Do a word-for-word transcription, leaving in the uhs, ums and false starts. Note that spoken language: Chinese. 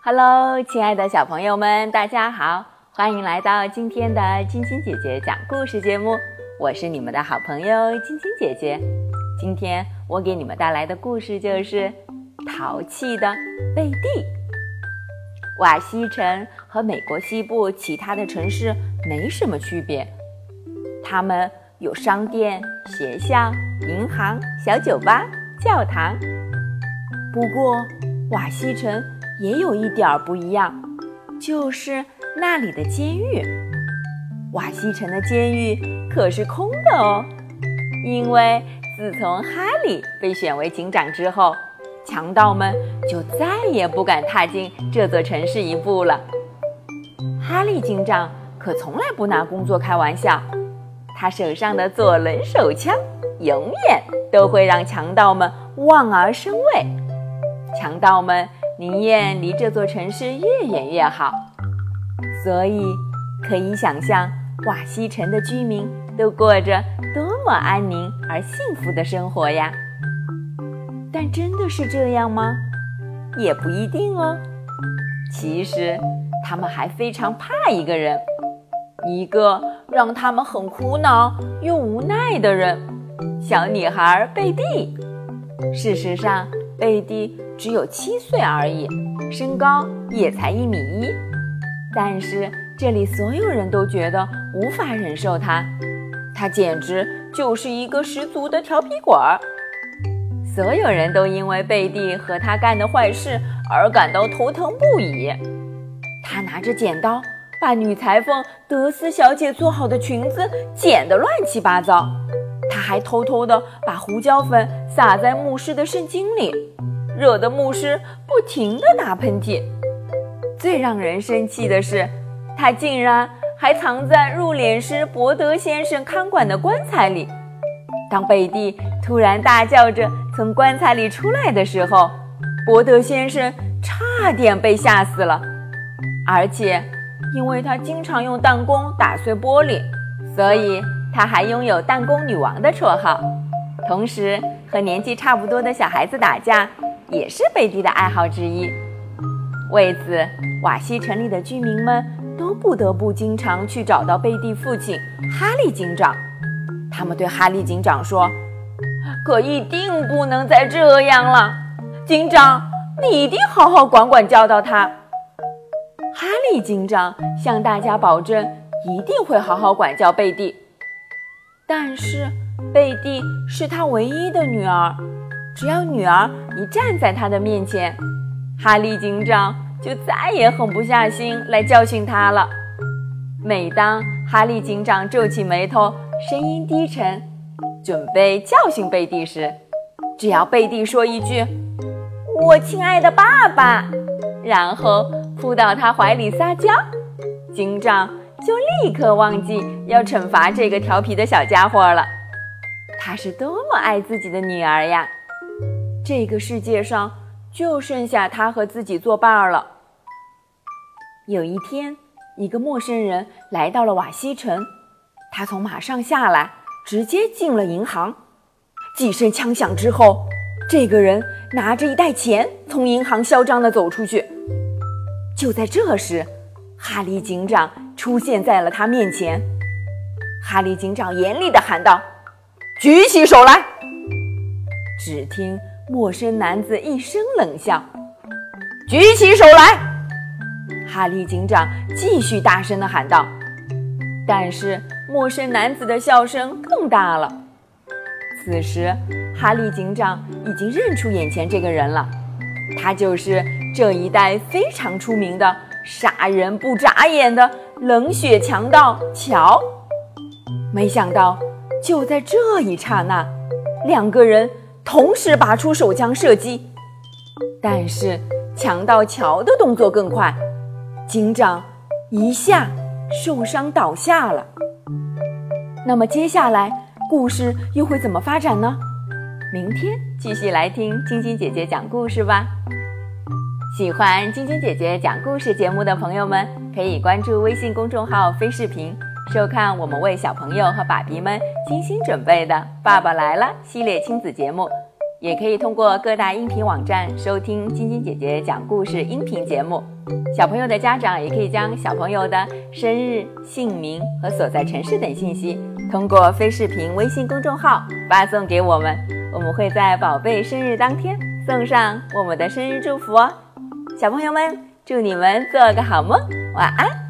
Hello， 亲爱的小朋友们，大家好，欢迎来到今天的晶晶姐姐讲故事节目，我是你们的好朋友晶晶姐姐。今天我给你们带来的故事就是淘气的贝蒂。瓦西城和美国西部其他的城市没什么区别，它们有商店、学校、银行、小酒吧、教堂。不过瓦西城也有一点不一样，就是那里的监狱。瓦西城的监狱可是空的哦，因为自从哈利被选为警长之后，强盗们就再也不敢踏进这座城市一步了。哈利警长可从来不拿工作开玩笑，他手上的左轮手枪永远都会让强盗们望而生畏。强盗们宁愿离这座城市越远越好，所以可以想象瓦西城的居民都过着多么安宁而幸福的生活呀。但真的是这样吗？也不一定哦。其实他们还非常怕一个人，一个让他们很苦恼又无奈的人，小女孩贝蒂。事实上贝蒂只有七岁而已，身高也才一米一，但是这里所有人都觉得无法忍受她，她简直就是一个十足的调皮鬼儿。所有人都因为贝蒂和她干的坏事而感到头疼不已。她拿着剪刀，把女裁缝德斯小姐做好的裙子剪得乱七八糟。她还偷偷地把胡椒粉撒在牧师的圣经里，惹得牧师不停地打喷嚏。最让人生气的是，他竟然还藏在入殓师伯德先生看管的棺材里。当贝蒂突然大叫着从棺材里出来的时候，伯德先生差点被吓死了。而且因为他经常用弹弓打碎玻璃，所以他还拥有弹弓女王的绰号。同时和年纪差不多的小孩子打架也是贝蒂的爱好之一。为此瓦西城里的居民们都不得不经常去找到贝蒂父亲哈利警长。他们对哈利警长说，可一定不能再这样了，警长，你一定好好管管教导他。哈利警长向大家保证一定会好好管教贝蒂，但是贝蒂是他唯一的女儿，只要女儿一站在他的面前，哈利警长就再也狠不下心来教训他了。每当哈利警长皱起眉头，声音低沉，准备教训贝蒂时，只要贝蒂说一句我亲爱的爸爸，然后扑到他怀里撒娇，警长就立刻忘记要惩罚这个调皮的小家伙了。他是多么爱自己的女儿呀！这个世界上就剩下他和自己作伴了。有一天，一个陌生人来到了瓦西城，他从马上下来，直接进了银行。几声枪响之后，这个人拿着一袋钱从银行嚣张地走出去。就在这时，哈利警长出现在了他面前。哈利警长严厉地喊道，举起手来！只听陌生男子一声冷笑，举起手来！哈利警长继续大声地喊道，但是陌生男子的笑声更大了。此时哈利警长已经认出眼前这个人了，他就是这一带非常出名的杀人不眨眼的冷血强盗乔。没想到就在这一刹那，两个人同时拔出手枪射击，但是强盗乔的动作更快，警长一下受伤倒下了。那么接下来故事又会怎么发展呢？明天继续来听晶晶姐姐讲故事吧。喜欢晶晶姐姐讲故事节目的朋友们，可以关注微信公众号飞视频，收看我们为小朋友和爸比们精心准备的《爸爸来了》系列亲子节目。 也可以通过各大音频网站收听晶晶姐姐讲故事音频节目。小朋友的家长也可以将小朋友的生日、姓名和所在城市等信息通过非视频微信公众号发送给我们，我们会在宝贝生日当天送上我们的生日祝福哦。小朋友们，祝你们做个好梦，晚安。